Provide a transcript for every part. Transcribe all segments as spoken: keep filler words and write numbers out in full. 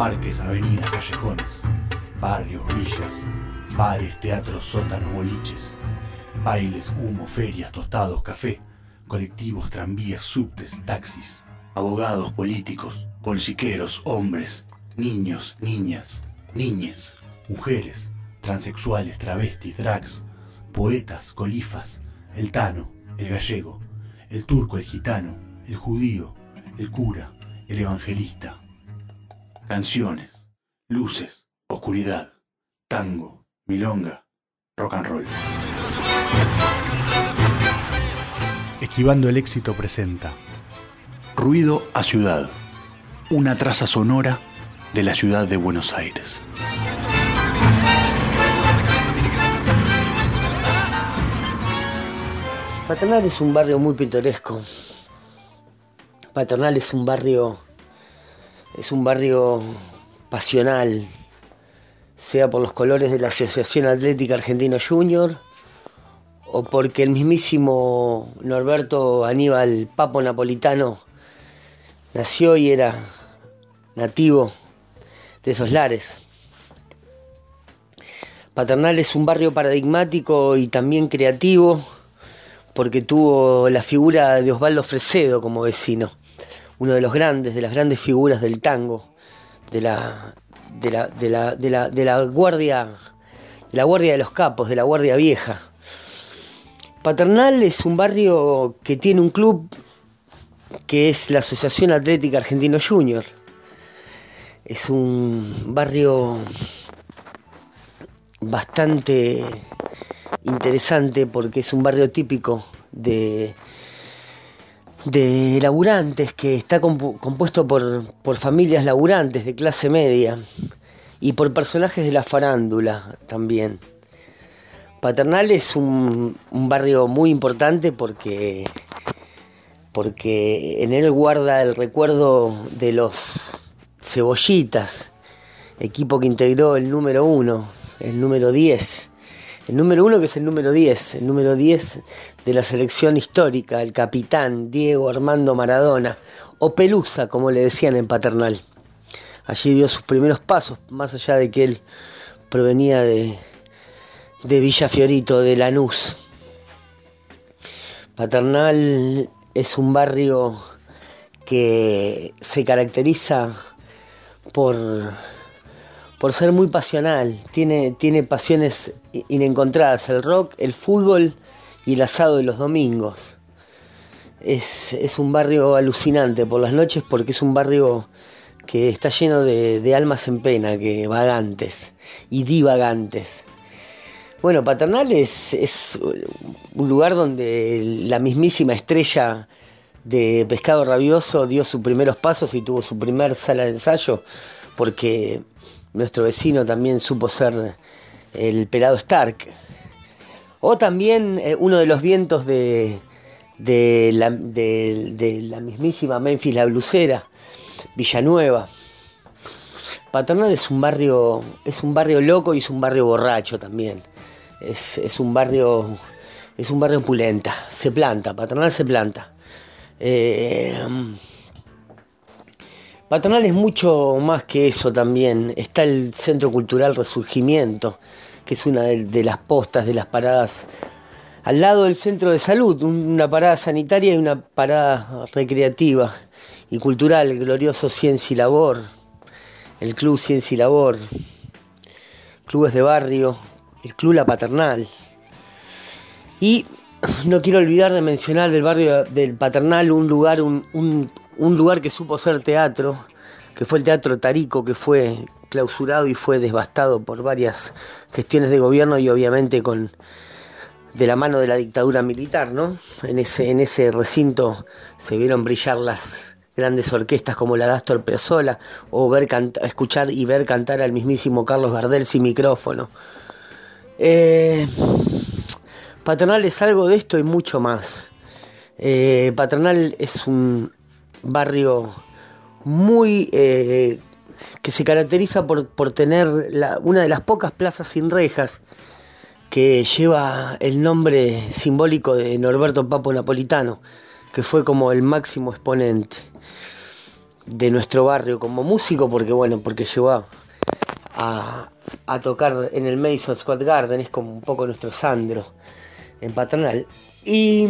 Parques, avenidas, callejones, barrios, villas, bares, teatros, sótanos, boliches, bailes, humo, ferias, tostados, café, colectivos, tranvías, subtes, taxis, abogados, políticos, bolsiqueros, hombres, niños, niñas, niñes, mujeres, transexuales, travestis, drags, poetas, colifas, el tano, el gallego, el turco, el gitano, el judío, el cura, el evangelista. Canciones, luces, oscuridad, tango, milonga, rock and roll. Esquivando el éxito presenta Ruido a Ciudad, una traza sonora de la ciudad de Buenos Aires. Paternal es un barrio muy pintoresco. Paternal es un barrio, es un barrio pasional, sea por los colores de la Asociación Atlética Argentino Junior o porque el mismísimo Norberto Aníbal Papo Napolitano nació y era nativo de esos lares. Paternal es un barrio paradigmático y también creativo, porque tuvo la figura de Osvaldo Fresedo como vecino, uno de los grandes, de las grandes figuras del tango, de la, de la, de la, de la, de la guardia, de la guardia de los capos, de la guardia vieja. Paternal es un barrio que tiene un club que es la Asociación Atlética Argentino Junior. Es un barrio bastante interesante porque es un barrio típico de, de laburantes, que está compu- compuesto por, por familias laburantes de clase media y por personajes de la farándula también. Paternal es un, un barrio muy importante porque, porque en él guarda el recuerdo de los Cebollitas, equipo que integró el número uno, el número diez. El número uno que es el número diez, el número diez de la selección histórica, el capitán Diego Armando Maradona, o Pelusa, como le decían en Paternal. Allí dio sus primeros pasos, más allá de que él provenía de, de Villa Fiorito, de Lanús. Paternal es un barrio que se caracteriza por... por ser muy pasional, tiene, tiene pasiones inencontradas, el rock, el fútbol y el asado de los domingos. Es, es un barrio alucinante por las noches porque es un barrio que está lleno de, de almas en pena, que vagantes y divagantes. Bueno, Paternal es, es un lugar donde la mismísima estrella de Pescado Rabioso dio sus primeros pasos y tuvo su primer sala de ensayo, porque nuestro vecino también supo ser el Pelado Stark. O también eh, uno de los vientos de, de, la, de, de la mismísima Memphis la Blusera, Villanueva. Paternal es un barrio, es un barrio loco y es un barrio borracho también. Es, es un barrio, es un barrio pulenta, se planta, Paternal se planta. Eh, Paternal es mucho más que eso también. Está el Centro Cultural Resurgimiento, que es una de, de las postas de las paradas al lado del centro de salud, una parada sanitaria y una parada recreativa y cultural, el glorioso Ciencia y Labor, el Club Ciencia y Labor, clubes de barrio, el Club La Paternal. Y no quiero olvidar de mencionar del barrio del Paternal un lugar, un, un Un lugar que supo ser teatro, que fue el Teatro Tarico, que fue clausurado y fue devastado por varias gestiones de gobierno y obviamente con de la mano de la dictadura militar, ¿no? En ese, en ese recinto se vieron brillar las grandes orquestas como la de Astor Piazzolla, o ver canta, escuchar y ver cantar al mismísimo Carlos Gardel sin micrófono. Eh, Paternal es algo de esto y mucho más. Eh, Paternal es un barrio muy eh, que se caracteriza por, por tener la, una de las pocas plazas sin rejas que lleva el nombre simbólico de Norberto Papo Napolitano, que fue como el máximo exponente. de nuestro barrio como músico, porque bueno, porque llegó a, a, a tocar en el Madison Square Garden, es como un poco nuestro Sandro en Paternal. Y,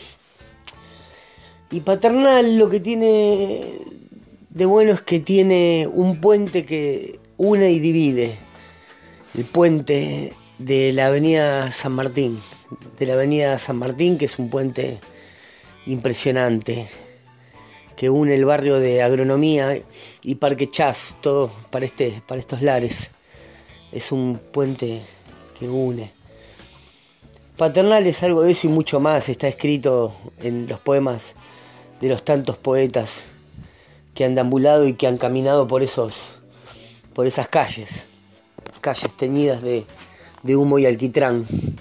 y Paternal lo que tiene de bueno es que tiene un puente que une y divide, el puente de la avenida San Martín, de la avenida San Martín, que es un puente impresionante, que une el barrio de Agronomía y Parque Chas, todo para, este, para estos lares. Es un puente que une. Paternal es algo de eso y mucho más, está escrito en los poemas de los tantos poetas que han deambulado y que han caminado por esos, por esas calles, calles teñidas de, de humo y alquitrán.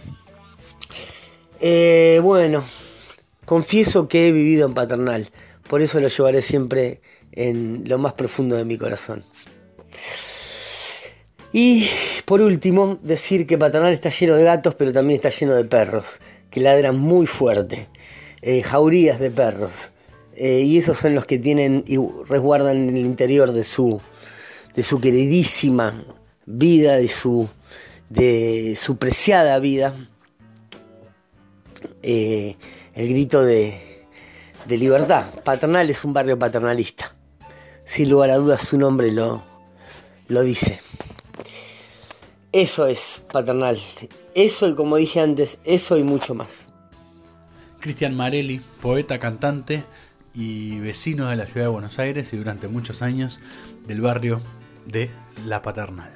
Eh, bueno, confieso que he vivido en Paternal, por eso lo llevaré siempre en lo más profundo de mi corazón. Y por último, decir que Paternal está lleno de gatos, pero también está lleno de perros, que ladran muy fuerte, eh, jaurías de perros. Eh, y esos son los que tienen y resguardan en el interior de su, de su queridísima vida, de su, de su preciada vida, eh, el grito de, de libertad. Paternal es un barrio paternalista. Sin lugar a dudas su nombre lo, lo dice. Eso es Paternal. Eso y como dije antes, eso y mucho más. Cristian Marelli, poeta, cantante y vecino de la ciudad de Buenos Aires y durante muchos años del barrio de La Paternal.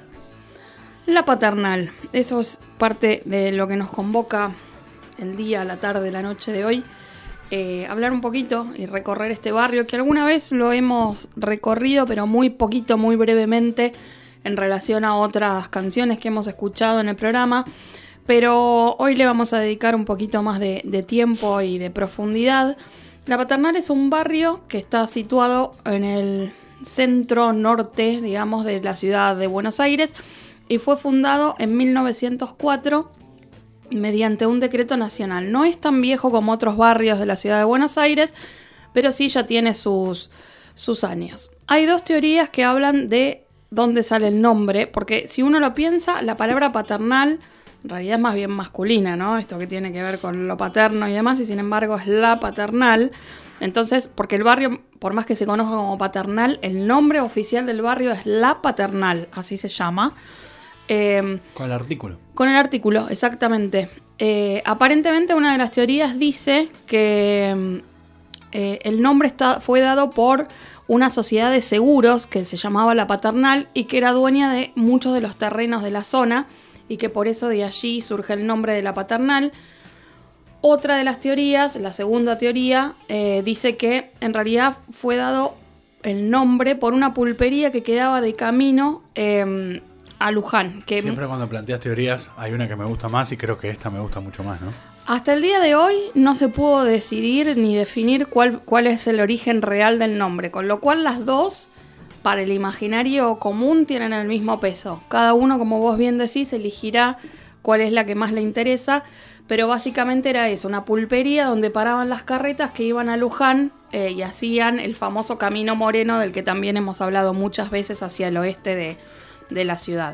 La Paternal, eso es parte de lo que nos convoca el día, la tarde, la noche de hoy. Eh, hablar un poquito y recorrer este barrio que alguna vez lo hemos recorrido, pero muy poquito, muy brevemente en relación a otras canciones que hemos escuchado en el programa. Pero hoy le vamos a dedicar un poquito más de, de tiempo y de profundidad. La Paternal es un barrio que está situado en el centro norte, digamos, de la ciudad de Buenos Aires y fue fundado en mil novecientos cuatro mediante un decreto nacional. No es tan viejo como otros barrios de la ciudad de Buenos Aires, pero sí ya tiene sus, sus años. Hay dos teorías que hablan de dónde sale el nombre, porque si uno lo piensa, la palabra paternal en realidad es más bien masculina, ¿no? Esto que tiene que ver con lo paterno y demás, y sin embargo es la Paternal. Entonces, porque el barrio, por más que se conozca como Paternal, el nombre oficial del barrio es La Paternal, así se llama. Eh, con el artículo. Con el artículo, exactamente. Eh, aparentemente una de las teorías dice que eh, el nombre está, fue dado por una sociedad de seguros que se llamaba La Paternal y que era dueña de muchos de los terrenos de la zona, y que por eso de allí surge el nombre de La Paternal. Otra de las teorías, la segunda teoría, eh, dice que en realidad fue dado el nombre por una pulpería que quedaba de camino eh, a Luján. Que siempre cuando planteas teorías hay una que me gusta más y creo que esta me gusta mucho más, ¿no? Hasta el día de hoy no se pudo decidir ni definir cuál, cuál es el origen real del nombre, con lo cual las dos, para el imaginario común, tienen el mismo peso. Cada uno, como vos bien decís, elegirá cuál es la que más le interesa, pero básicamente era eso, una pulpería donde paraban las carretas que iban a Luján eh, y hacían el famoso Camino Moreno, del que también hemos hablado muchas veces, hacia el oeste de, de la ciudad.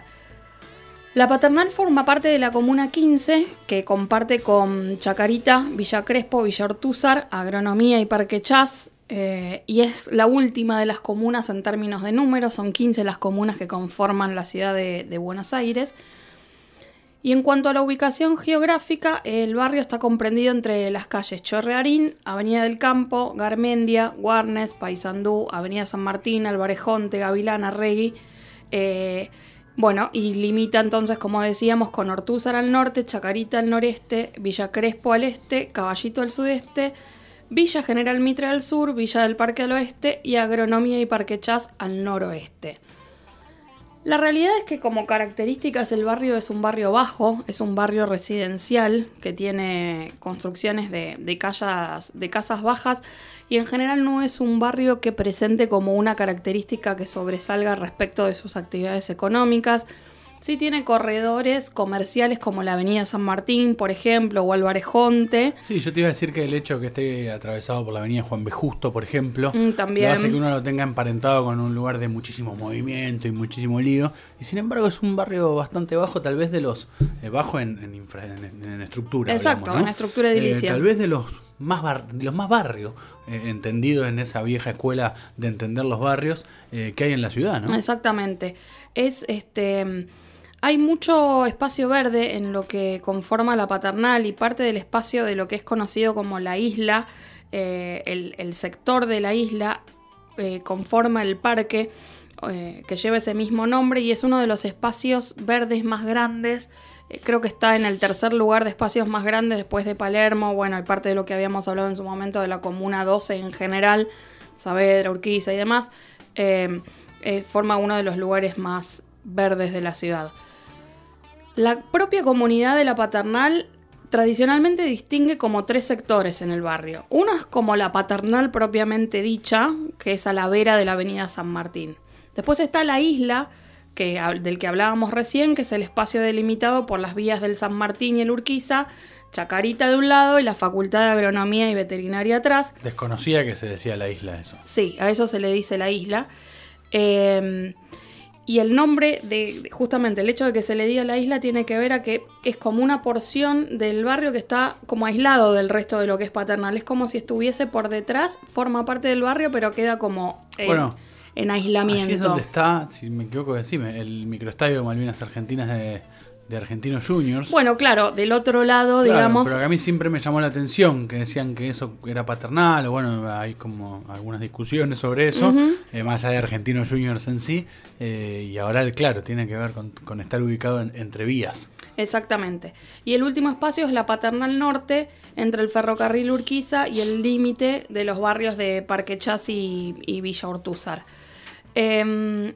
La Paternal forma parte de la Comuna quince, que comparte con Chacarita, Villa Crespo, Villa Ortúzar, Agronomía y Parque Chas. Eh, y es la última de las comunas en términos de números, son quince las comunas que conforman la ciudad de, de Buenos Aires. Y en cuanto a la ubicación geográfica, el barrio está comprendido entre las calles Chorrearín, Avenida del Campo, Garmendia, Warnes, Paysandú, Avenida San Martín, Alvarejonte, Gavilán, Arregui, eh, bueno, y limita entonces, como decíamos, con Ortúzar al norte, Chacarita al noreste, Villa Crespo al este, Caballito al sudeste, Villa General Mitre al sur, Villa del Parque al oeste y Agronomía y Parque Chas al noroeste. La realidad es que como características el barrio es un barrio bajo, es un barrio residencial que tiene construcciones de, de, calles, de casas bajas y en general no es un barrio que presente como una característica que sobresalga respecto de sus actividades económicas. Sí tiene corredores comerciales como la Avenida San Martín, por ejemplo, o Álvarez Jonte. Sí, yo te iba a decir que el hecho de que esté atravesado por la Avenida Juan B. Justo, por ejemplo, mm, también lo hace que uno lo tenga emparentado con un lugar de muchísimo movimiento y muchísimo lío. Y sin embargo es un barrio bastante bajo, tal vez de los... Eh, bajo en, en, infra, en, en estructura. Exacto, hablamos, ¿no? en estructura edilicia. Eh, tal vez de los más bar, de los más barrios, eh, entendido en esa vieja escuela de entender los barrios eh, que hay en la ciudad, ¿no? Exactamente. Es este... Hay mucho espacio verde en lo que conforma la Paternal y parte del espacio de lo que es conocido como la isla, eh, el, el sector de la isla eh, conforma el parque eh, que lleva ese mismo nombre y es uno de los espacios verdes más grandes. Eh, creo que está en el tercer lugar de espacios más grandes después de Palermo. Bueno, hay parte de lo que habíamos hablado en su momento de la Comuna doce en general, Saavedra, Urquiza y demás. Eh, eh, forma uno de los lugares más verdes de la ciudad. La propia comunidad de la Paternal tradicionalmente distingue como tres sectores en el barrio. Uno es como la Paternal propiamente dicha, que es a la vera de la Avenida San Martín. Después está la isla, que, del que hablábamos recién, que es el espacio delimitado por las vías del San Martín y el Urquiza, Chacarita de un lado y la Facultad de Agronomía y Veterinaria atrás. Desconocía que se decía la isla eso. Sí, a eso se le dice la isla. Eh... Y el nombre, de justamente el hecho de que se le diga la isla tiene que ver a que es como una porción del barrio que está como aislado del resto de lo que es Paternal. Es como si estuviese por detrás, forma parte del barrio, pero queda como en, bueno, en aislamiento. Allí es donde está, si me equivoco, decime, el microestadio de Malvinas Argentinas de, de Argentinos Juniors. Bueno, claro, del otro lado, claro, digamos... pero que a mí siempre me llamó la atención que decían que eso era Paternal, o bueno, hay como algunas discusiones sobre eso, uh-huh. eh, más allá de Argentinos Juniors en sí, eh, y ahora, claro, tiene que ver con, con estar ubicado en, entre vías. Exactamente. Y el último espacio es la Paternal Norte, entre el ferrocarril Urquiza y el límite de los barrios de Parque Chas y, y Villa Ortúzar. Eh,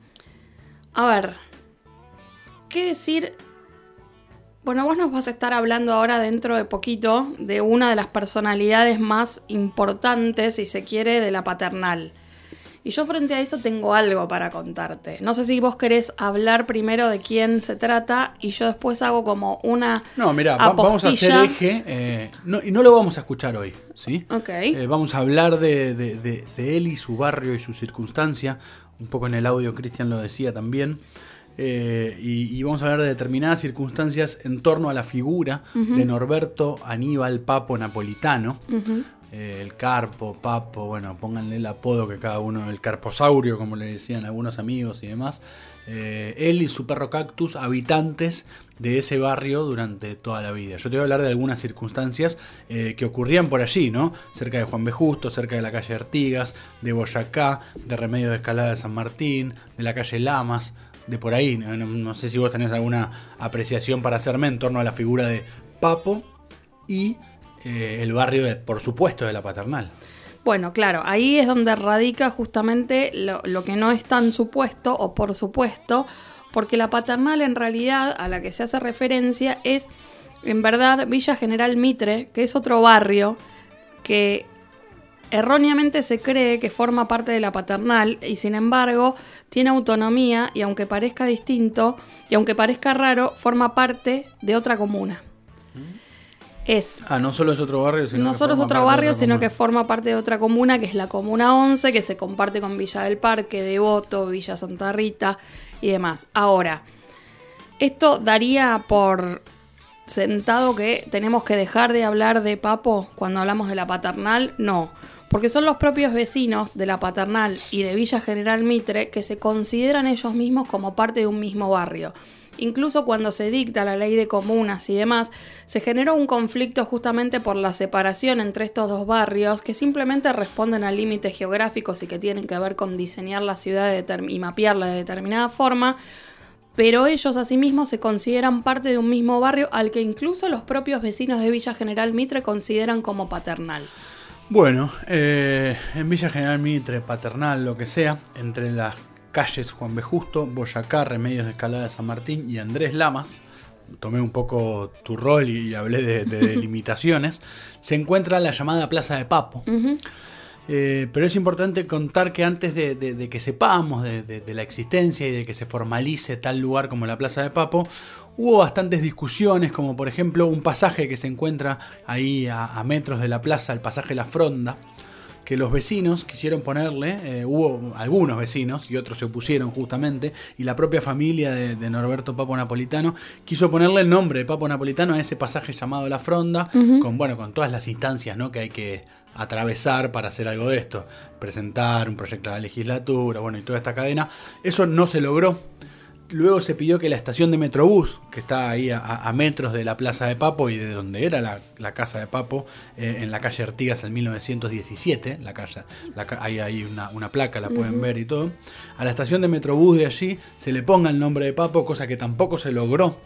a ver, ¿qué decir? Bueno, vos nos vas a estar hablando ahora dentro de poquito de una de las personalidades más importantes, si se quiere, de la Paternal. Y yo frente a eso tengo algo para contarte. No sé si vos querés hablar primero de quién se trata y yo después hago como una No, mirá, va, vamos a hacer eje, eh, no, y no lo vamos a escuchar hoy, ¿sí? Ok. Eh, vamos a hablar de, de, de, de él y su barrio y su circunstancia. Un poco en el audio Cristian lo decía también. Eh, y, y vamos a hablar de determinadas circunstancias en torno a la figura uh-huh. de Norberto Aníbal Papo Napolitano. Uh-huh. Eh, el Carpo, Papo, bueno, pónganle el apodo que cada uno, el Carposaurio, como le decían algunos amigos y demás. Eh, él y su perro Cactus, habitantes de ese barrio durante toda la vida. Yo te voy a hablar de algunas circunstancias eh, que ocurrían por allí, ¿no? Cerca de Juan B. Justo, cerca de la calle Artigas, de Boyacá, de Remedios de Escalada de San Martín, de la calle Lamas, de por ahí. No, no, no sé si vos tenés alguna apreciación para hacerme en torno a la figura de Papo y eh, el barrio, de, por supuesto, de la Paternal. Bueno, claro, ahí es donde radica justamente lo, lo que no es tan supuesto o por supuesto, porque la Paternal en realidad a la que se hace referencia es en verdad Villa General Mitre, que es otro barrio que erróneamente se cree que forma parte de la Paternal y sin embargo tiene autonomía y aunque parezca distinto y aunque parezca raro, forma parte de otra comuna. Es, ah, no solo es otro barrio, sino no que solo es forma otro parte barrio, de otra sino comuna. que forma parte de otra comuna, que es la Comuna once, que se comparte con Villa del Parque, Devoto, Villa Santa Rita y demás. Ahora, esto daría por sentado que tenemos que dejar de hablar de Papo cuando hablamos de la Paternal. No, porque son los propios vecinos de la Paternal y de Villa General Mitre que se consideran ellos mismos como parte de un mismo barrio. Incluso cuando se dicta la ley de comunas y demás, se generó un conflicto justamente por la separación entre estos dos barrios que simplemente responden a límites geográficos y que tienen que ver con diseñar la ciudad de determ- y mapearla de determinada forma, pero ellos asimismo se consideran parte de un mismo barrio al que incluso los propios vecinos de Villa General Mitre consideran como Paternal. Bueno, eh, en Villa General Mitre, Paternal, lo que sea, entre las calles Juan B. Justo, Boyacá, Remedios de Escalada de San Martín y Andrés Lamas, tomé un poco tu rol y hablé de, de delimitaciones, se encuentra la llamada Plaza de Papo. Uh-huh. Eh, pero es importante contar que antes de, de, de que sepamos de, de, de la existencia y de que se formalice tal lugar como la Plaza de Papo, hubo bastantes discusiones, como por ejemplo un pasaje que se encuentra ahí a, a metros de la plaza, el pasaje La Fronda, que los vecinos quisieron ponerle, eh, hubo algunos vecinos y otros se opusieron justamente, y la propia familia de, de Norberto Papo Napolitano quiso ponerle el nombre de Papo Napolitano a ese pasaje llamado La Fronda, uh-huh. con, bueno, con todas las instancias, ¿no?, que hay que atravesar para hacer algo de esto, presentar un proyecto a la legislatura, bueno, y toda esta cadena. Eso no se logró. Luego se pidió que la estación de Metrobús, que está ahí a, a metros de la Plaza de Papo y de donde era la, la casa de Papo, eh, en la calle Artigas en mil novecientos diecisiete, la calle, la, hay ahí una, una placa, la pueden uh-huh. ver y todo, a la estación de Metrobús de allí se le ponga el nombre de Papo, cosa que tampoco se logró,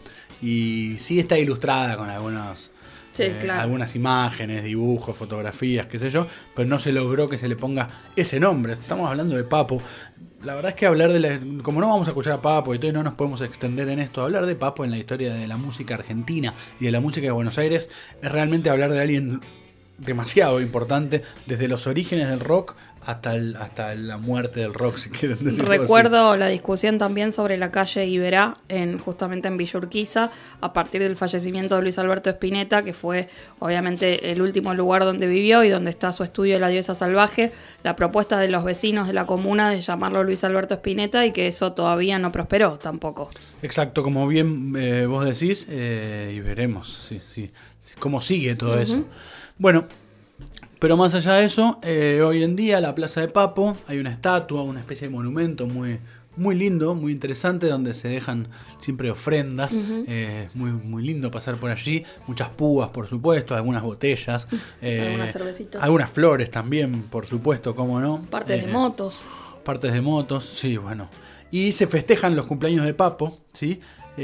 y sí está ilustrada con algunos... Sí, eh, claro. algunas imágenes, dibujos, fotografías, qué sé yo, pero no se logró que se le ponga ese nombre. Estamos hablando de Papo. La verdad es que hablar de la, como no vamos a escuchar a Papo y todo, y no nos podemos extender en esto, hablar de Papo en la historia de la música argentina y de la música de Buenos Aires es realmente hablar de alguien demasiado importante, desde los orígenes del rock hasta el, hasta la muerte del rock, si quieren decirlo. Recuerdo así. La discusión también sobre la calle Iberá, en, justamente en Villa Urquiza, a partir del fallecimiento de Luis Alberto Spinetta, que fue obviamente el último lugar donde vivió y donde está su estudio de La Diosa Salvaje. La propuesta de los vecinos de la comuna de llamarlo Luis Alberto Spinetta, y que eso todavía no prosperó tampoco. Exacto, como bien eh, vos decís, eh, y veremos sí, sí, cómo sigue todo uh-huh. eso. Bueno, pero más allá de eso, eh, hoy en día la Plaza de Papo hay una estatua, una especie de monumento muy, muy lindo, muy interesante, donde se dejan siempre ofrendas. Uh-huh. eh, muy, muy lindo pasar por allí. Muchas púas, por supuesto, algunas botellas. Eh, algunas cervecitas. Algunas flores también, por supuesto, cómo no. Partes eh, de motos. Partes de motos, sí, bueno. Y se festejan los cumpleaños de Papo, ¿sí?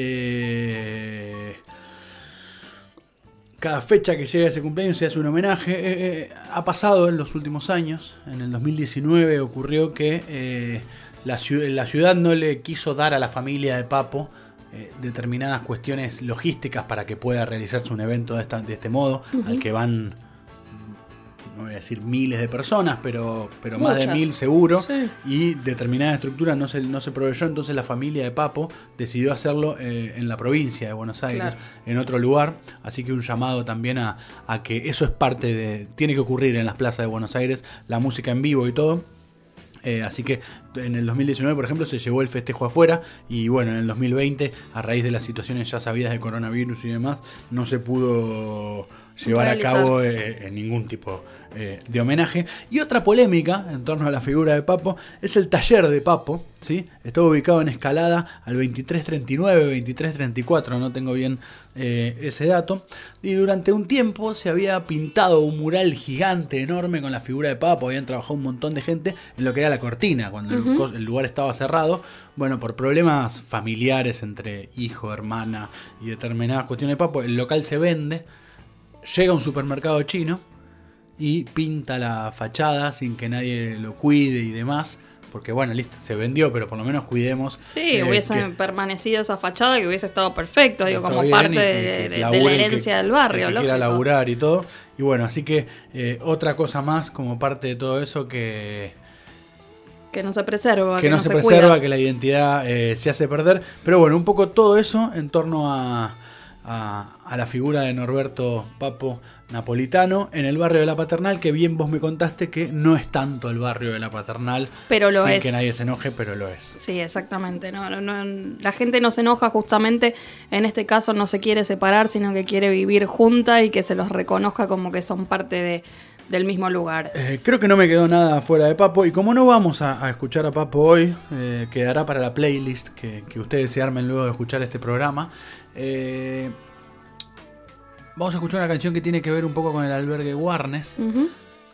Eh... Cada fecha que llega ese cumpleaños se hace un homenaje. Eh, eh, ha pasado en los últimos años. En el dos mil diecinueve ocurrió que eh, la, ciudad, la ciudad no le quiso dar a la familia de Papo eh, determinadas cuestiones logísticas para que pueda realizarse un evento de, esta, de este modo, uh-huh. al que van, no voy a decir miles de personas, pero, pero más de mil seguro, sí. Y determinada estructura no se, no se proveyó, entonces la familia de Papo decidió hacerlo eh, en la provincia de Buenos Aires, claro. en otro lugar, así que un llamado también a, a que eso es parte de, tiene que ocurrir en las plazas de Buenos Aires, la música en vivo y todo. Eh, así que en el dos mil diecinueve, por ejemplo, se llevó el festejo afuera, y bueno, en el dos mil veinte, a raíz de las situaciones ya sabidas de coronavirus y demás, no se pudo llevar realizar. a cabo eh, ningún tipo eh, de homenaje. Y otra polémica en torno a la figura de Papo es el taller de Papo, ¿sí? Está ubicado en Escalada al veintitrés treinta y nueve, veintitrés treinta y cuatro, no tengo bien eh, ese dato. Y durante un tiempo se había pintado un mural gigante, enorme, con la figura de Papo. Habían trabajado un montón de gente en lo que era la cortina, cuando uh-huh. el, el lugar estaba cerrado. Bueno, por problemas familiares entre hijo, hermana y determinadas cuestiones de Papo, el local se vende. Llega a un supermercado chino y pinta la fachada sin que nadie lo cuide y demás. Porque bueno, listo, se vendió, pero por lo menos cuidemos. Sí, eh, hubiese que, permanecido esa fachada, que hubiese estado perfecto, digo, como parte que, de, de, de la herencia que, del barrio. El que quiera laburar y todo. Y bueno, así que eh, otra cosa más como parte de todo eso que... Que no se preserva. Que, que no, no se, se preserva, cuida. Que la identidad eh, se hace perder. Pero bueno, un poco todo eso en torno a... A, a la figura de Norberto Papo Napolitano en el barrio de La Paternal, que bien vos me contaste que no es tanto el barrio de La Paternal, pero lo sin es. que nadie se enoje, pero lo es. Sí, exactamente. No, no, no, la gente no se enoja, justamente en este caso no se quiere separar, sino que quiere vivir junta y que se los reconozca como que son parte de, del mismo lugar. Eh, creo que no me quedó nada fuera de Papo, y como no vamos a, a escuchar a Papo hoy, eh, quedará para la playlist que, que ustedes se armen luego de escuchar este programa. Eh, vamos a escuchar una canción que tiene que ver un poco con el albergue Warnes. Uh-huh.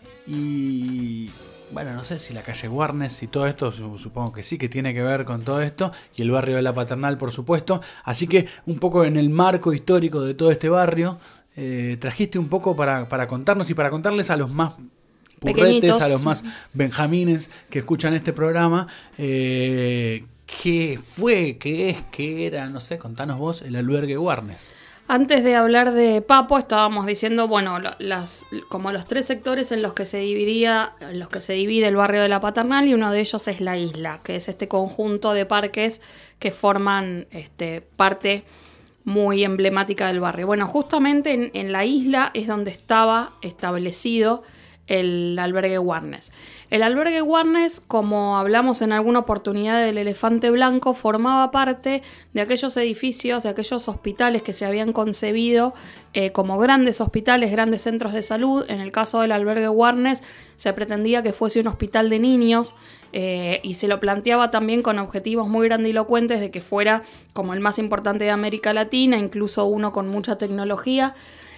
Y bueno, no sé si la calle Warnes y todo esto, supongo que sí, que tiene que ver con todo esto. Y el barrio de La Paternal, por supuesto. Así que un poco en el marco histórico de todo este barrio, eh, trajiste un poco para, para contarnos y para contarles a los más purretes, a los más benjamines que escuchan este programa, eh, ¿qué fue, qué es, qué era? No sé, contanos vos el albergue Warnes. Antes de hablar de Papo, estábamos diciendo, bueno, las, como los tres sectores en los que se dividía, en los que se divide el barrio de La Paternal, y uno de ellos es La Isla, que es este conjunto de parques que forman este, parte muy emblemática del barrio. Bueno, justamente en, en La Isla es donde estaba establecido el albergue Warnes. El albergue Warnes, como hablamos en alguna oportunidad del Elefante Blanco, formaba parte de aquellos edificios, de aquellos hospitales que se habían concebido eh, como grandes hospitales, grandes centros de salud. En el caso del albergue Warnes se pretendía que fuese un hospital de niños eh, y se lo planteaba también con objetivos muy grandilocuentes de que fuera como el más importante de América Latina, incluso uno con mucha tecnología.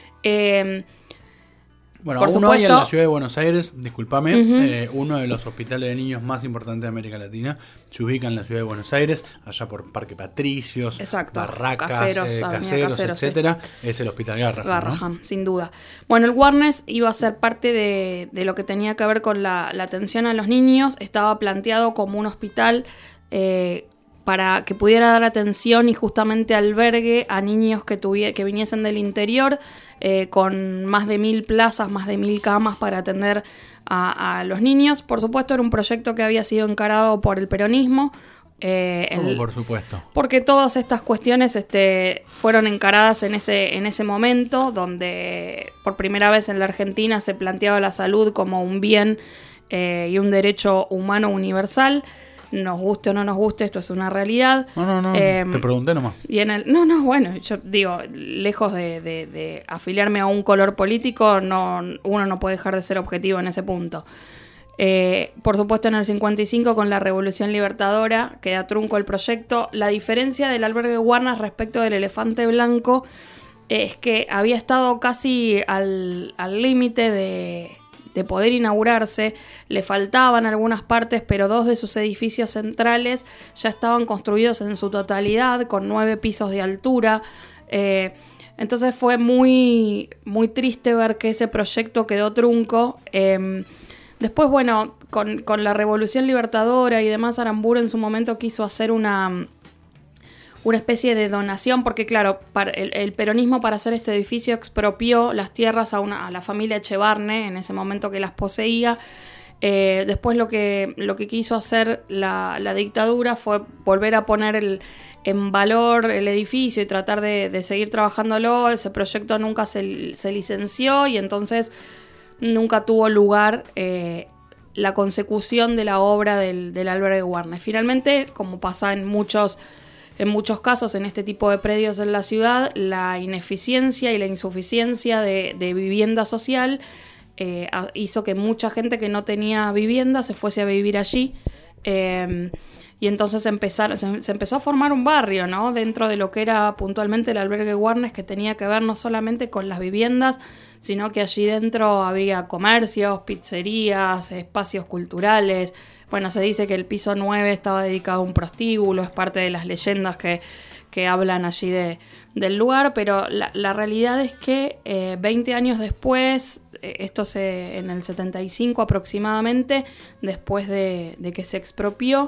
Eh, Bueno, Por uno supuesto, hay en la ciudad de Buenos Aires, discúlpame, uh-huh. eh, uno de los hospitales de niños más importantes de América Latina, se ubica en la ciudad de Buenos Aires, allá por Parque Patricios, Exacto. Barracas, Caseros, eh, Avenida caseros, Caseros, etcétera, sí. Es el Hospital Garrahan. Garrahan, ¿no? Sin duda. Bueno, el Warnes iba a ser parte de, de lo que tenía que ver con la, la atención a los niños. Estaba planteado como un hospital eh, para que pudiera dar atención y justamente albergue a niños que, tuvie- que viniesen del interior, eh, con más de mil plazas, más de mil camas para atender a, a los niños. Por supuesto, era un proyecto que había sido encarado por el peronismo. Eh, ¿Cómo, el, por supuesto? Porque todas estas cuestiones este, fueron encaradas en ese, en ese momento, donde por primera vez en la Argentina se planteaba la salud como un bien eh, y un derecho humano universal. Nos guste o no nos guste, esto es una realidad. No, no, no, eh, te pregunté nomás. Y en el, no, no, bueno, yo digo, lejos de, de, de afiliarme a un color político, no, uno no puede dejar de ser objetivo en ese punto. Eh, por supuesto, en el cincuenta y cinco, con la Revolución Libertadora, queda trunco el proyecto. La diferencia del albergue Warnes respecto del Elefante Blanco es que había estado casi al límite de... de poder inaugurarse, le faltaban algunas partes, pero dos de sus edificios centrales ya estaban construidos en su totalidad, con nueve pisos de altura. Eh, entonces fue muy, muy triste ver que ese proyecto quedó trunco. Eh, después, bueno, con, con la Revolución Libertadora y demás, Aramburu en su momento quiso hacer una... una especie de donación, porque claro, para el, el peronismo para hacer este edificio expropió las tierras a, una, a la familia Echevarne, en ese momento que las poseía. Eh, después lo que, lo que quiso hacer la, la dictadura fue volver a poner el, en valor el edificio y tratar de, de seguir trabajándolo. Ese proyecto nunca se, se licenció y entonces nunca tuvo lugar eh, la consecución de la obra del, del albergue Warnes. Finalmente, como pasa en muchos... En muchos casos, en este tipo de predios en la ciudad, la ineficiencia y la insuficiencia de, de vivienda social eh, hizo que mucha gente que no tenía vivienda se fuese a vivir allí. Eh, y entonces empezar, se, se empezó a formar un barrio, ¿no? Dentro de lo que era puntualmente el albergue Warnes, que tenía que ver no solamente con las viviendas, sino que allí dentro había comercios, pizzerías, espacios culturales. Bueno, se dice que el piso nueve estaba dedicado a un prostíbulo, es parte de las leyendas que, que hablan allí de, del lugar, pero la, la realidad es que eh, veinte años después, eh, esto se, en el setenta y cinco aproximadamente, después de, de que se expropió,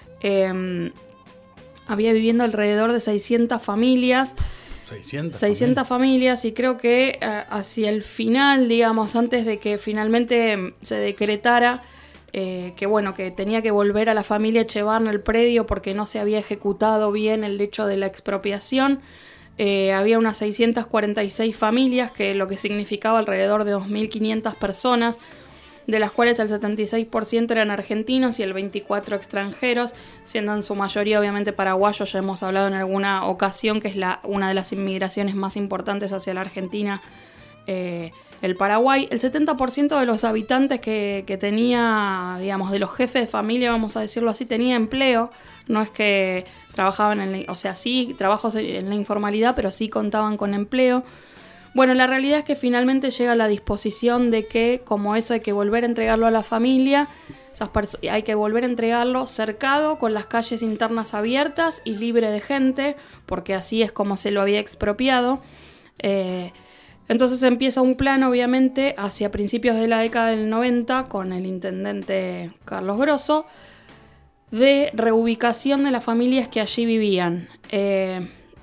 eh, había viviendo alrededor de seiscientas familias. seiscientas, seiscientas familias, y creo que eh, hacia el final, digamos, antes de que finalmente se decretara Eh, que bueno, que tenía que volver a la familia Echevarne el predio porque no se había ejecutado bien el hecho de la expropiación. Eh, había unas seiscientas cuarenta y seis familias, que lo que significaba alrededor de dos mil quinientas personas, de las cuales el setenta y seis por ciento eran argentinos y el veinticuatro por ciento extranjeros, siendo en su mayoría obviamente paraguayos. Ya hemos hablado en alguna ocasión que es la, una de las inmigraciones más importantes hacia la Argentina, eh, el Paraguay. El setenta por ciento de los habitantes que, que tenía, digamos, de los jefes de familia, vamos a decirlo así, tenía empleo. No es que trabajaban en la, o sea, sí, trabajos en la informalidad, pero sí contaban con empleo. Bueno, la realidad es que finalmente llega la disposición de que, como eso, hay que volver a entregarlo a la familia. Esas perso- hay que volver a entregarlo cercado, con las calles internas abiertas y libre de gente, porque así es como se lo había expropiado. Eh... Entonces empieza un plan, obviamente, hacia principios de la década del noventa, con el intendente Carlos Grosso, de reubicación de las familias que allí vivían. Eh,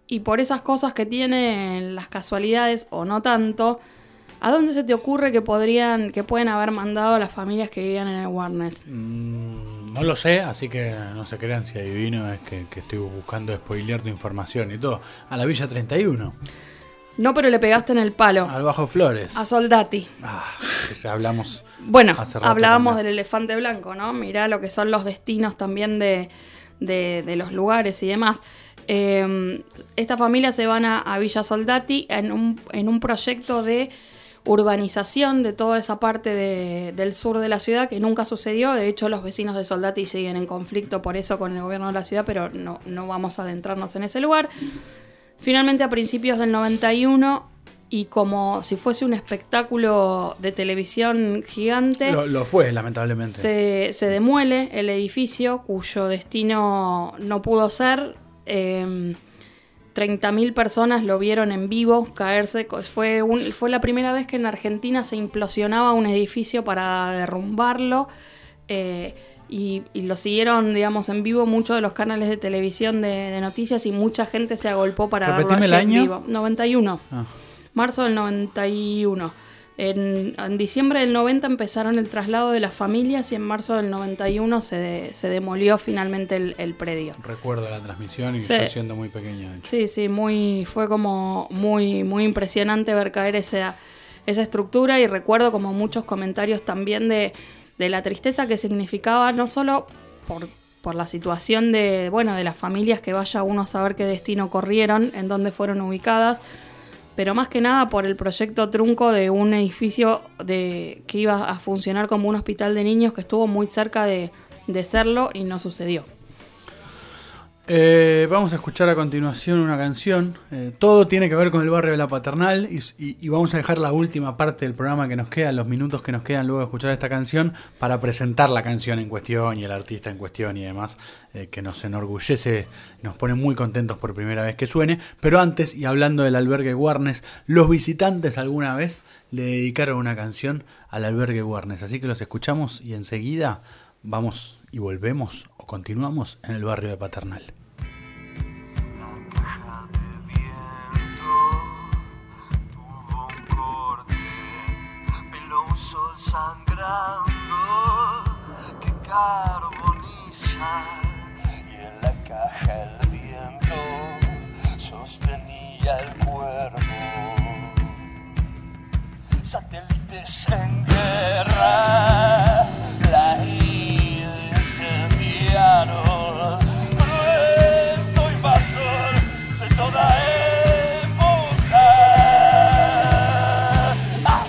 y por esas cosas que tienen, las casualidades o no tanto, ¿a dónde se te ocurre que podrían, que pueden haber mandado a las familias que vivían en el Warnes? Mm, no lo sé, así que no se crean si adivino, es que, que estoy buscando spoilear tu información y todo. A la Villa treinta y uno. No, pero le pegaste en el palo. Al Bajo Flores. A Soldati. Ah, ya hablamos. Bueno, hace rato hablábamos también. del elefante blanco, ¿no? Mirá lo que son los destinos también de, de, de los lugares y demás. Eh, estas familias se van a, a Villa Soldati en un, en un proyecto de urbanización de toda esa parte de, del sur de la ciudad que nunca sucedió. De hecho, los vecinos de Soldati siguen en conflicto por eso con el gobierno de la ciudad, pero no, no vamos a adentrarnos en ese lugar. Finalmente, a principios del noventa y uno, y como si fuese un espectáculo de televisión gigante, Lo, lo fue, lamentablemente. se, se demuele el edificio cuyo destino no pudo ser. Eh, treinta mil personas lo vieron en vivo caerse. Fue, un, fue la primera vez que en Argentina se implosionaba un edificio para derrumbarlo. Eh, y, y lo siguieron, digamos, en vivo muchos de los canales de televisión de, de noticias y mucha gente se agolpó para verlo Repetime allí el en año. vivo. noventa y uno. Ah. Marzo del noventa y uno. En, en diciembre del noventa empezaron el traslado de las familias y en marzo del noventa y uno se, de, se demolió finalmente el, el predio. Recuerdo la transmisión y Sí. yo siendo muy pequeño. de hecho. Sí, sí, muy, fue como muy, muy impresionante ver caer esa, esa estructura, y recuerdo como muchos comentarios también de, de la tristeza que significaba, no solo por, por la situación de, bueno, de las familias, que vaya uno a saber qué destino corrieron, en dónde fueron ubicadas, pero más que nada por el proyecto trunco de un edificio de, que iba a funcionar como un hospital de niños, que estuvo muy cerca de, de serlo y no sucedió. Eh, vamos a escuchar a continuación una canción. Eh, todo tiene que ver con el barrio de La Paternal y, y, y vamos a dejar la última parte del programa que nos queda, los minutos que nos quedan luego de escuchar esta canción, para presentar la canción en cuestión y el artista en cuestión y demás, eh, que nos enorgullece, nos pone muy contentos por primera vez que suene. Pero antes, y hablando del albergue Warnes, los visitantes alguna vez le dedicaron una canción al albergue Warnes, así que los escuchamos y enseguida vamos y volvemos o continuamos en el barrio de Paternal. La caja de viento tuvo un corte, peloso sangrando que carboniza, y en la caja el viento sostenía el cuerpo. Satélites en guerra, la incendiaron, cruento invasor de toda época. ¡Ah!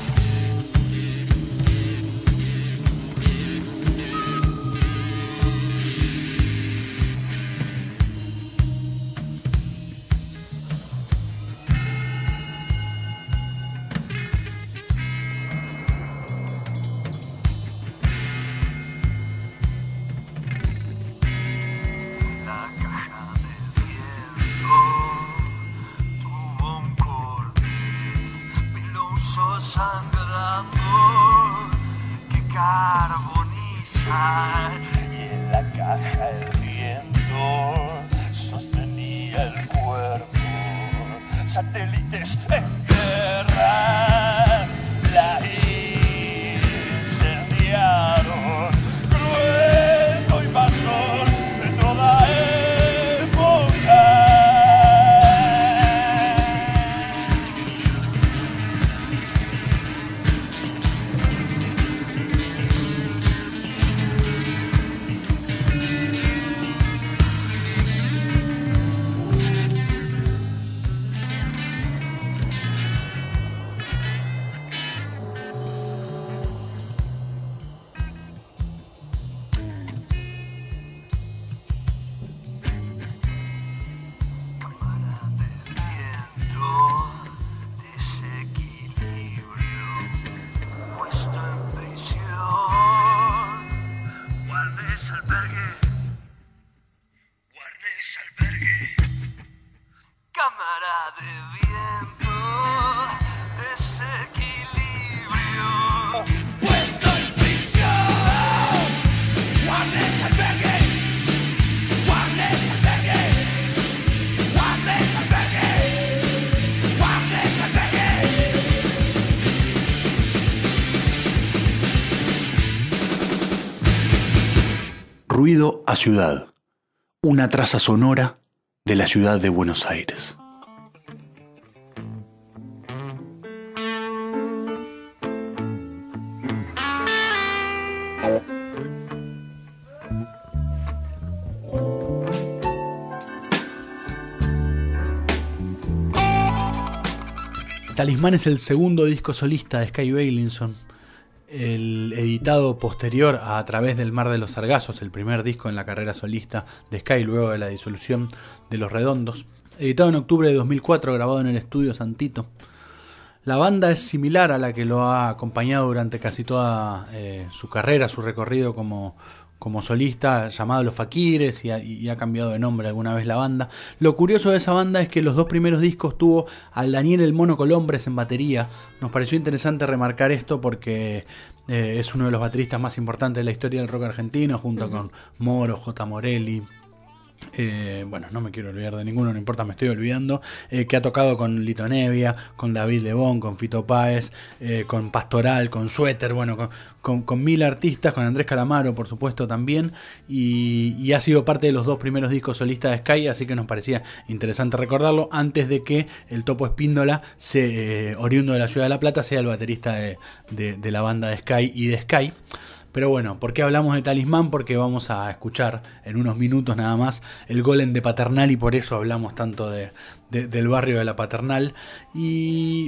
La caja de viento tuvo un corte, peloso sangrando que carboniza, y en la caja el viento sostenía el cuerpo. Satélites en guerra, la incendiaron, cruento invasor de toda época. Cámara de viento, desequilibrio, puesto en prisión. Warnes albergue, Warnes albergue. Cámara de viento, desequilibrio, puesto en prisión. Warnes albergue, Warnes albergue, Warnes albergue. Ruido a Ciudad, una traza sonora de la ciudad de Buenos Aires. Talismán es el segundo disco solista de Sky Bailinson, el editado posterior a A Través del Mar de los Sargazos, el primer disco en la carrera solista de Sky luego de la disolución de Los Redondos, editado en octubre de dos mil cuatro, grabado en el estudio Santito. La banda es similar a la que lo ha acompañado durante casi toda eh, su carrera, su recorrido como, como solista, llamado Los Faquires, y ha, y ha cambiado de nombre alguna vez la banda. Lo curioso de esa banda es que los dos primeros discos tuvo al Daniel El Mono Colombres en batería. Nos pareció interesante remarcar esto porque eh, es uno de los bateristas más importantes de la historia del rock argentino, junto uh-huh. con Moro, J. Morelli. Eh, bueno, no me quiero olvidar de ninguno, no importa, me estoy olvidando, eh, que ha tocado con Lito Nevia, con David Lebón, con Fito Páez, eh, con Pastoral, con Suéter, bueno, con, con, con mil artistas, con Andrés Calamaro, por supuesto, también, y, y ha sido parte de los dos primeros discos solistas de Sky, así que nos parecía interesante recordarlo antes de que el Topo Espíndola, se, eh, oriundo de la ciudad de La Plata, sea el baterista de, de, de la banda de Sky y de Sky. Pero bueno, ¿por qué hablamos de Talismán? Porque vamos a escuchar en unos minutos nada más el Golem de Paternal, y por eso hablamos tanto de, de, del barrio de la Paternal. Y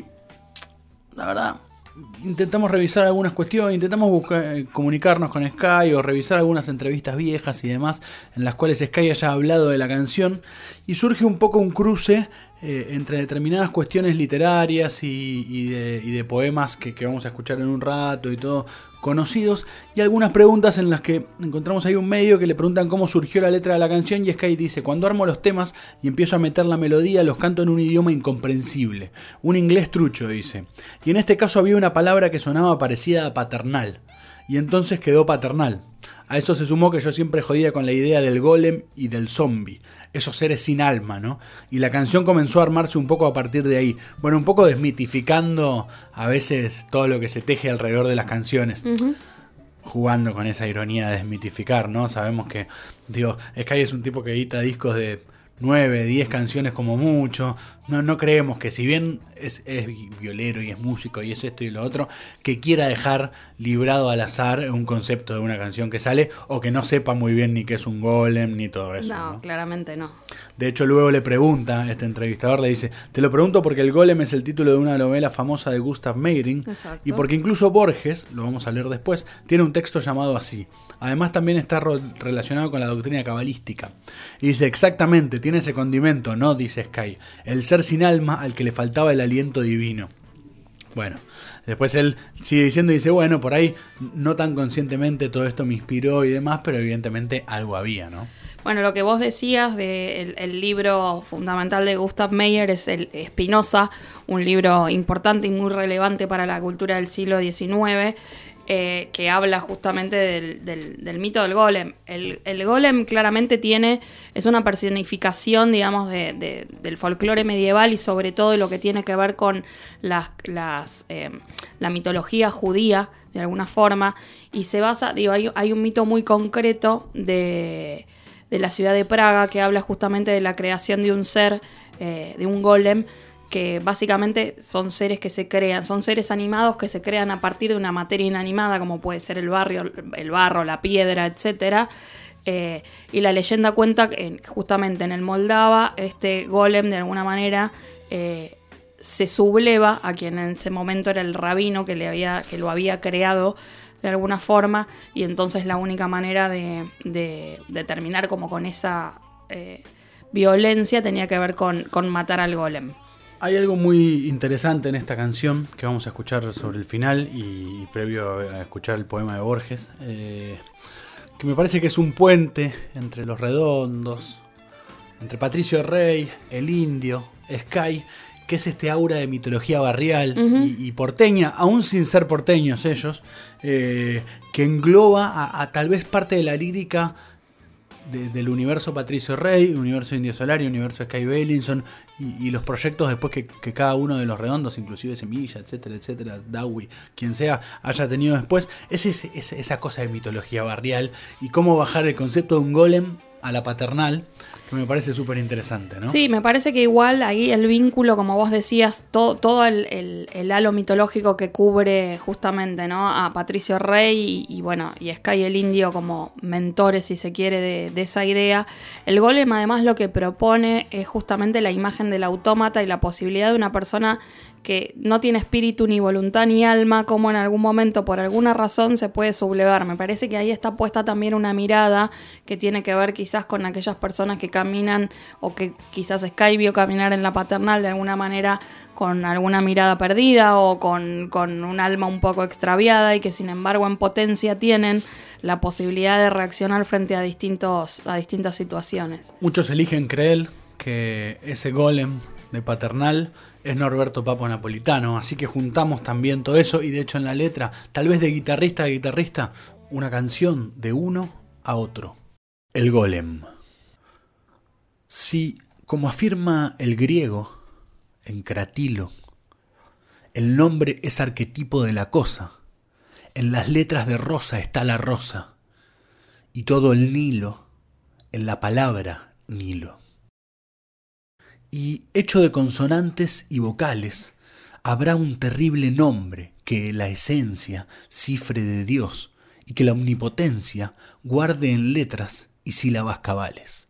la verdad, intentamos revisar algunas cuestiones, intentamos buscar, comunicarnos con Sky o revisar algunas entrevistas viejas y demás en las cuales Sky haya hablado de la canción, y surge un poco un cruce eh, entre determinadas cuestiones literarias y, y, de, y de poemas que, que vamos a escuchar en un rato y todo, conocidos, y algunas preguntas en las que encontramos ahí un medio que le preguntan cómo surgió la letra de la canción, y Sky dice: cuando armo los temas y empiezo a meter la melodía, los canto en un idioma incomprensible, un inglés trucho, dice, y en este caso había una palabra que sonaba parecida a paternal, y entonces quedó Paternal. A eso se sumó que yo siempre jodía con la idea del golem y del zombie, esos seres sin alma, ¿no? Y la canción comenzó a armarse un poco a partir de ahí. Bueno, un poco desmitificando a veces todo lo que se teje alrededor de las canciones. Uh-huh. Jugando con esa ironía de desmitificar, ¿no? Sabemos que, digo, Sky es un tipo que edita discos de nueve, diez canciones como mucho. No, no creemos que, si bien es, es violero y es músico y es esto y lo otro, que quiera dejar librado al azar un concepto de una canción que sale, o que no sepa muy bien ni qué es un golem ni todo eso. No, ¿no? Claramente no. De hecho, luego le pregunta, este entrevistador le dice: te lo pregunto porque el golem es el título de una novela famosa de Gustav Meyrink. Exacto. Y porque incluso Borges, lo vamos a leer después, tiene un texto llamado así. Además también está ro- relacionado con la doctrina cabalística. Y dice: exactamente, tiene ese condimento, ¿no? Dice Sky, el ser sin alma al que le faltaba el aliento divino. Bueno, después él sigue diciendo y dice: bueno, por ahí no tan conscientemente todo esto me inspiró y demás, pero evidentemente algo había, ¿no? Bueno, lo que vos decías del de el libro fundamental de Gustav Meyer es el Spinoza, un libro importante y muy relevante para la cultura del siglo diecinueve, eh, que habla justamente del, del, del mito del golem. El, el golem claramente tiene, es una personificación, digamos, de, de, del folclore medieval, y sobre todo de lo que tiene que ver con las, las, eh, la mitología judía, de alguna forma, y se basa, digo, hay, hay un mito muy concreto de... de la ciudad de Praga, que habla justamente de la creación de un ser, eh, de un golem, que básicamente son seres que se crean, son seres animados que se crean a partir de una materia inanimada, como puede ser el barrio, el barro, la piedra, etcétera. Eh, y la leyenda cuenta que justamente en el Moldava, este golem de alguna manera eh, se subleva a quien en ese momento era el rabino que, le había, que lo había creado de alguna forma, y entonces la única manera de, de, de terminar como con esa eh, violencia tenía que ver con, con matar al golem. Hay algo muy interesante en esta canción que vamos a escuchar sobre el final y, y previo a escuchar el poema de Borges, eh, que me parece que es un puente entre Los Redondos, entre Patricio Rey, El Indio, Sky, que es este aura de mitología barrial uh-huh. y, y porteña, aún sin ser porteños ellos, eh, que engloba a, a tal vez parte de la lírica de, del universo Patricio Rey, universo Indio Solari, universo Sky Bellinson y, y los proyectos después que, que cada uno de los redondos, inclusive Semilla, etcétera, etcétera, Dawi, quien sea, haya tenido después, es, ese, es esa cosa de mitología barrial y cómo bajar el concepto de un golem a la paternal, que me parece súper interesante, ¿no? Sí, me parece que igual ahí el vínculo, como vos decías, todo, todo el, el, el halo mitológico que cubre justamente, ¿no?, a Patricio Rey y, y bueno, y Sky el Indio como mentores, si se quiere, de, de esa idea. El golem además lo que propone es justamente la imagen del autómata y la posibilidad de una persona que no tiene espíritu, ni voluntad, ni alma, como en algún momento, por alguna razón, se puede sublevar. Me parece que ahí está puesta también una mirada que tiene que ver quizás con aquellas personas que caminan, o que quizás Sky vio caminar en la paternal de alguna manera con alguna mirada perdida o con, con un alma un poco extraviada, y que sin embargo en potencia tienen la posibilidad de reaccionar frente a, distintos, a distintas situaciones. Muchos eligen creer que ese golem de paternal es Norberto Papo Napolitano, así que juntamos también todo eso, y de hecho en la letra, tal vez de guitarrista a guitarrista, una canción de uno a otro. El golem. Si, como afirma el griego en Cratilo, el nombre es arquetipo de la cosa, en las letras de rosa está la rosa, y todo el Nilo en la palabra Nilo. Y hecho de consonantes y vocales, habrá un terrible nombre que la esencia cifre de Dios y que la omnipotencia guarde en letras y sílabas cabales.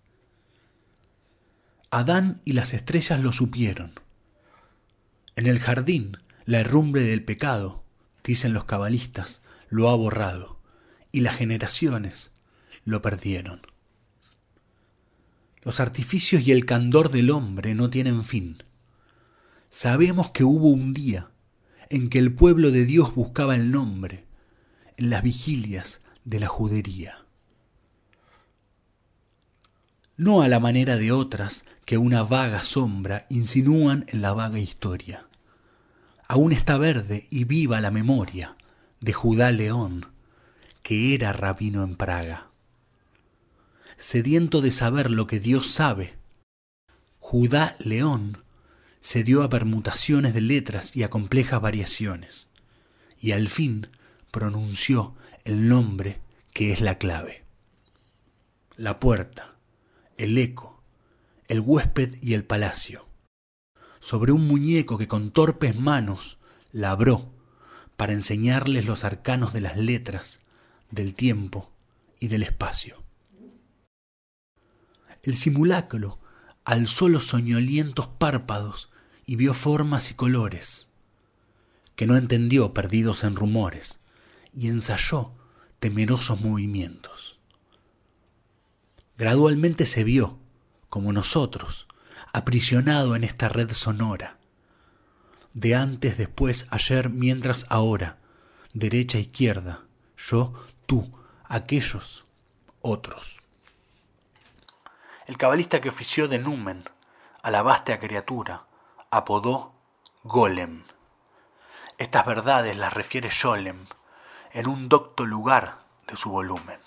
Adán y las estrellas lo supieron. En el jardín, la herrumbre del pecado, dicen los cabalistas, lo ha borrado, y las generaciones lo perdieron. Los artificios y el candor del hombre no tienen fin. Sabemos que hubo un día en que el pueblo de Dios buscaba el nombre en las vigilias de la judería. No a la manera de otras que una vaga sombra insinúan en la vaga historia. Aún está verde y viva la memoria de Judá León, que era rabino en Praga. Sediento de saber lo que Dios sabe, Judá León se dio a permutaciones de letras y a complejas variaciones, y al fin pronunció el nombre que es la clave. La puerta, el eco, el huésped y el palacio, sobre un muñeco que con torpes manos labró para enseñarles los arcanos de las letras, del tiempo y del espacio. El simulacro alzó los soñolientos párpados y vio formas y colores, que no entendió perdidos en rumores, y ensayó temerosos movimientos. Gradualmente se vio, como nosotros, aprisionado en esta red sonora, de antes, después, ayer, mientras, ahora, derecha, izquierda, yo, tú, aquellos, otros. El cabalista que ofició de numen a la vasta criatura apodó Golem. Estas verdades las refiere Scholem en un docto lugar de su volumen.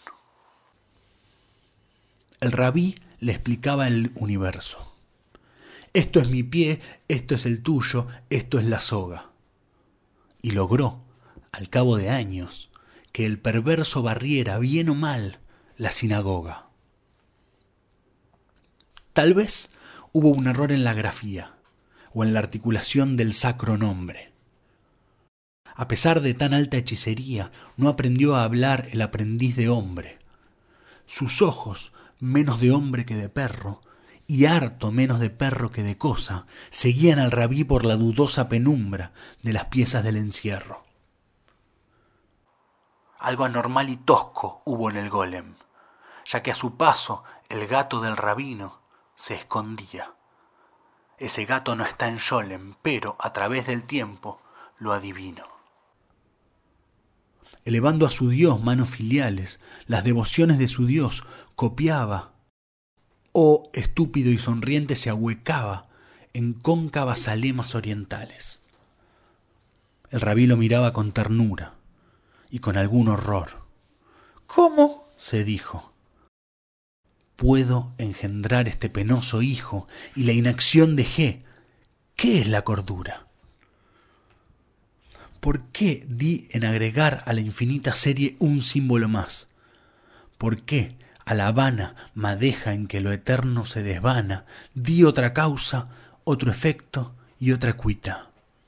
El rabí le explicaba el universo. Esto es mi pie, esto es el tuyo, esto es la soga. Y logró, al cabo de años, que el perverso barriera, bien o mal, la sinagoga. Tal vez hubo un error en la grafía o en la articulación del sacro nombre. A pesar de tan alta hechicería, no aprendió a hablar el aprendiz de hombre. Sus ojos, menos de hombre que de perro, y harto menos de perro que de cosa, seguían al rabí por la dudosa penumbra de las piezas del encierro. Algo anormal y tosco hubo en el golem, ya que a su paso el gato del rabino se escondía. Ese gato no está en Scholem, pero a través del tiempo lo adivino. Elevando a su Dios manos filiales, las devociones de su Dios copiaba, o estúpido y sonriente se ahuecaba en cóncavas alemas orientales. El rabí lo miraba con ternura y con algún horror. ¿Cómo?, se dijo. puedo engendrar este penoso hijo y la inacción dejé. ¿Qué es la cordura? ¿Por qué di en agregar a la infinita serie un símbolo más? ¿Por qué a la vana madeja en que lo eterno se desvana di otra causa, otro efecto y otra cuita?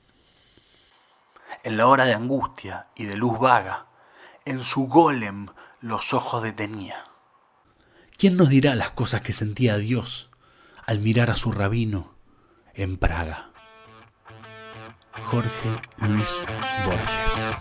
En la hora de angustia y de luz vaga, en su golem los ojos detenía. ¿Quién nos dirá las cosas que sentía Dios al mirar a su rabino en Praga? Jorge Luis Borges.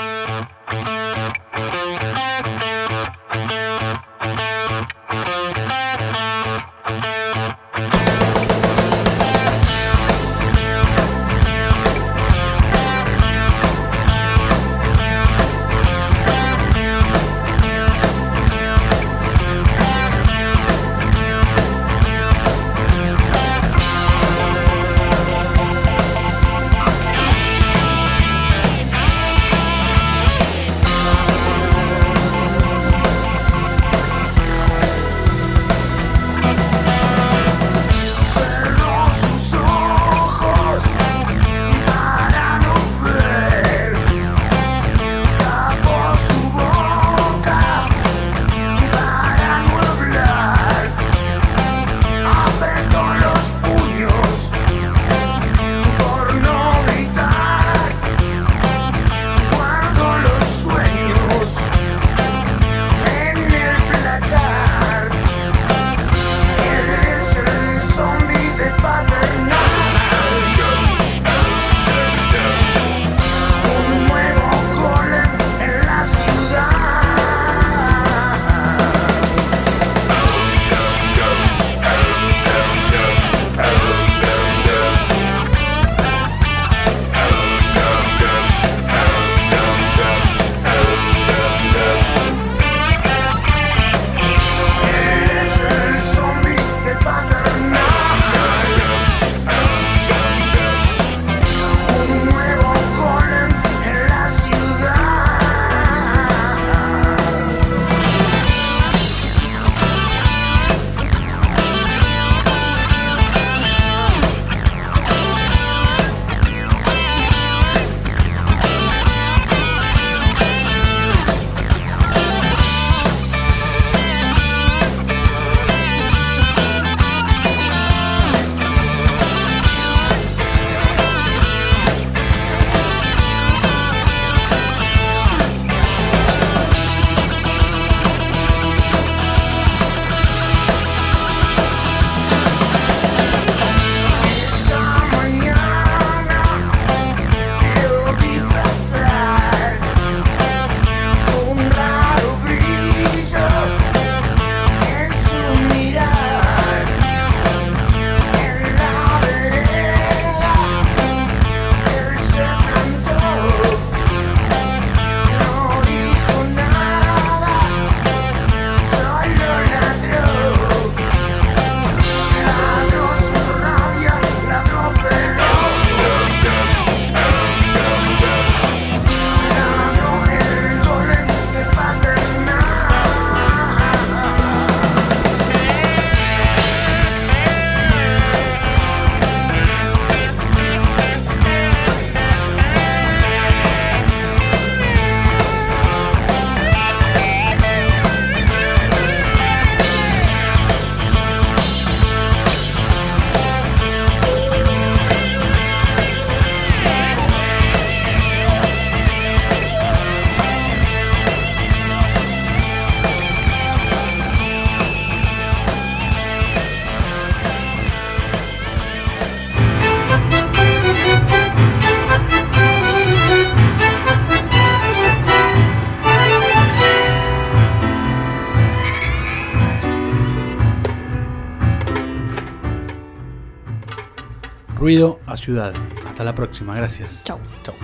Ruido a ciudad. Hasta la próxima. Gracias. Chau. Chau.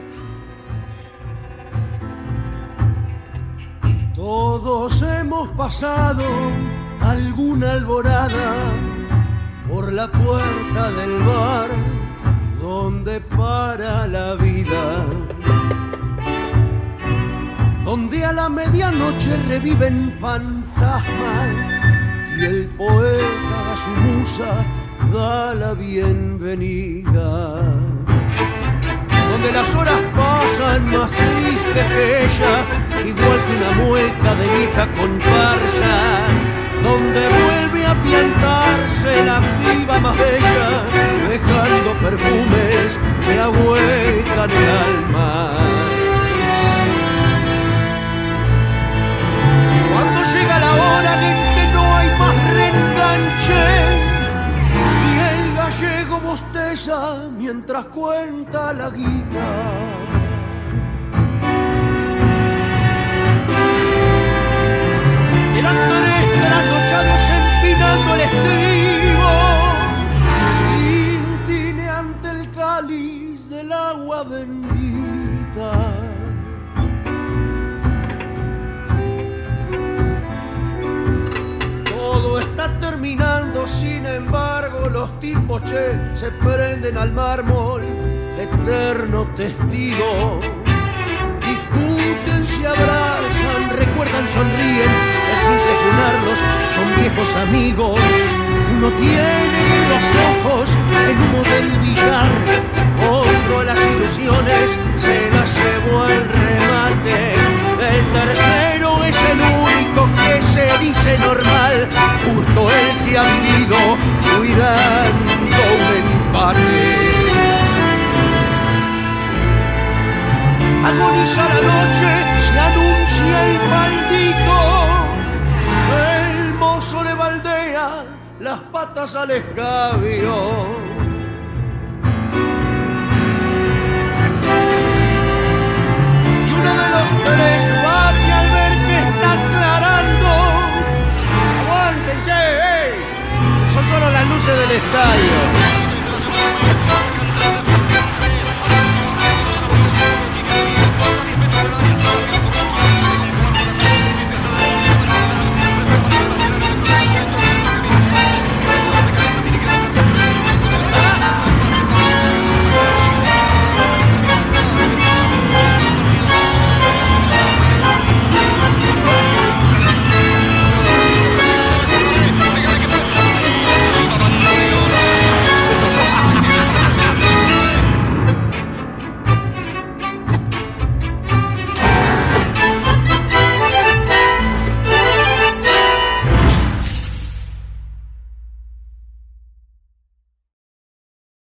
Todos hemos pasado alguna alborada por la puerta del bar donde para la vida, donde a la medianoche reviven fantasmas y el poeta a su musa da la bienvenida. Donde las horas pasan más tristes que ella, igual que una mueca de vieja comparsa, donde vuelve a piantarse la piba más bella, dejando perfumes que ahuecan el alma. Cuando llega la hora en que no hay más reenganche y el gallego bosteza mientras cuenta la guita, eran tres trasnochados empinando el estribo, tintine ante el cáliz del agua bendita. Todo está terminando, sin embargo los tipos, che, se prenden al mármol, eterno testigo. Discuten, se abrazan, recuerdan, sonríen, es sin refunarlos, son viejos amigos. Uno tiene los ojos en humo del billar, otro las ilusiones se las llevó al remate. El tercero es el único que se dice normal, justo el que ha vivido cuidando un empate. Agoniza la noche, se anuncia el maldito, el mozo le baldea las patas al escabio.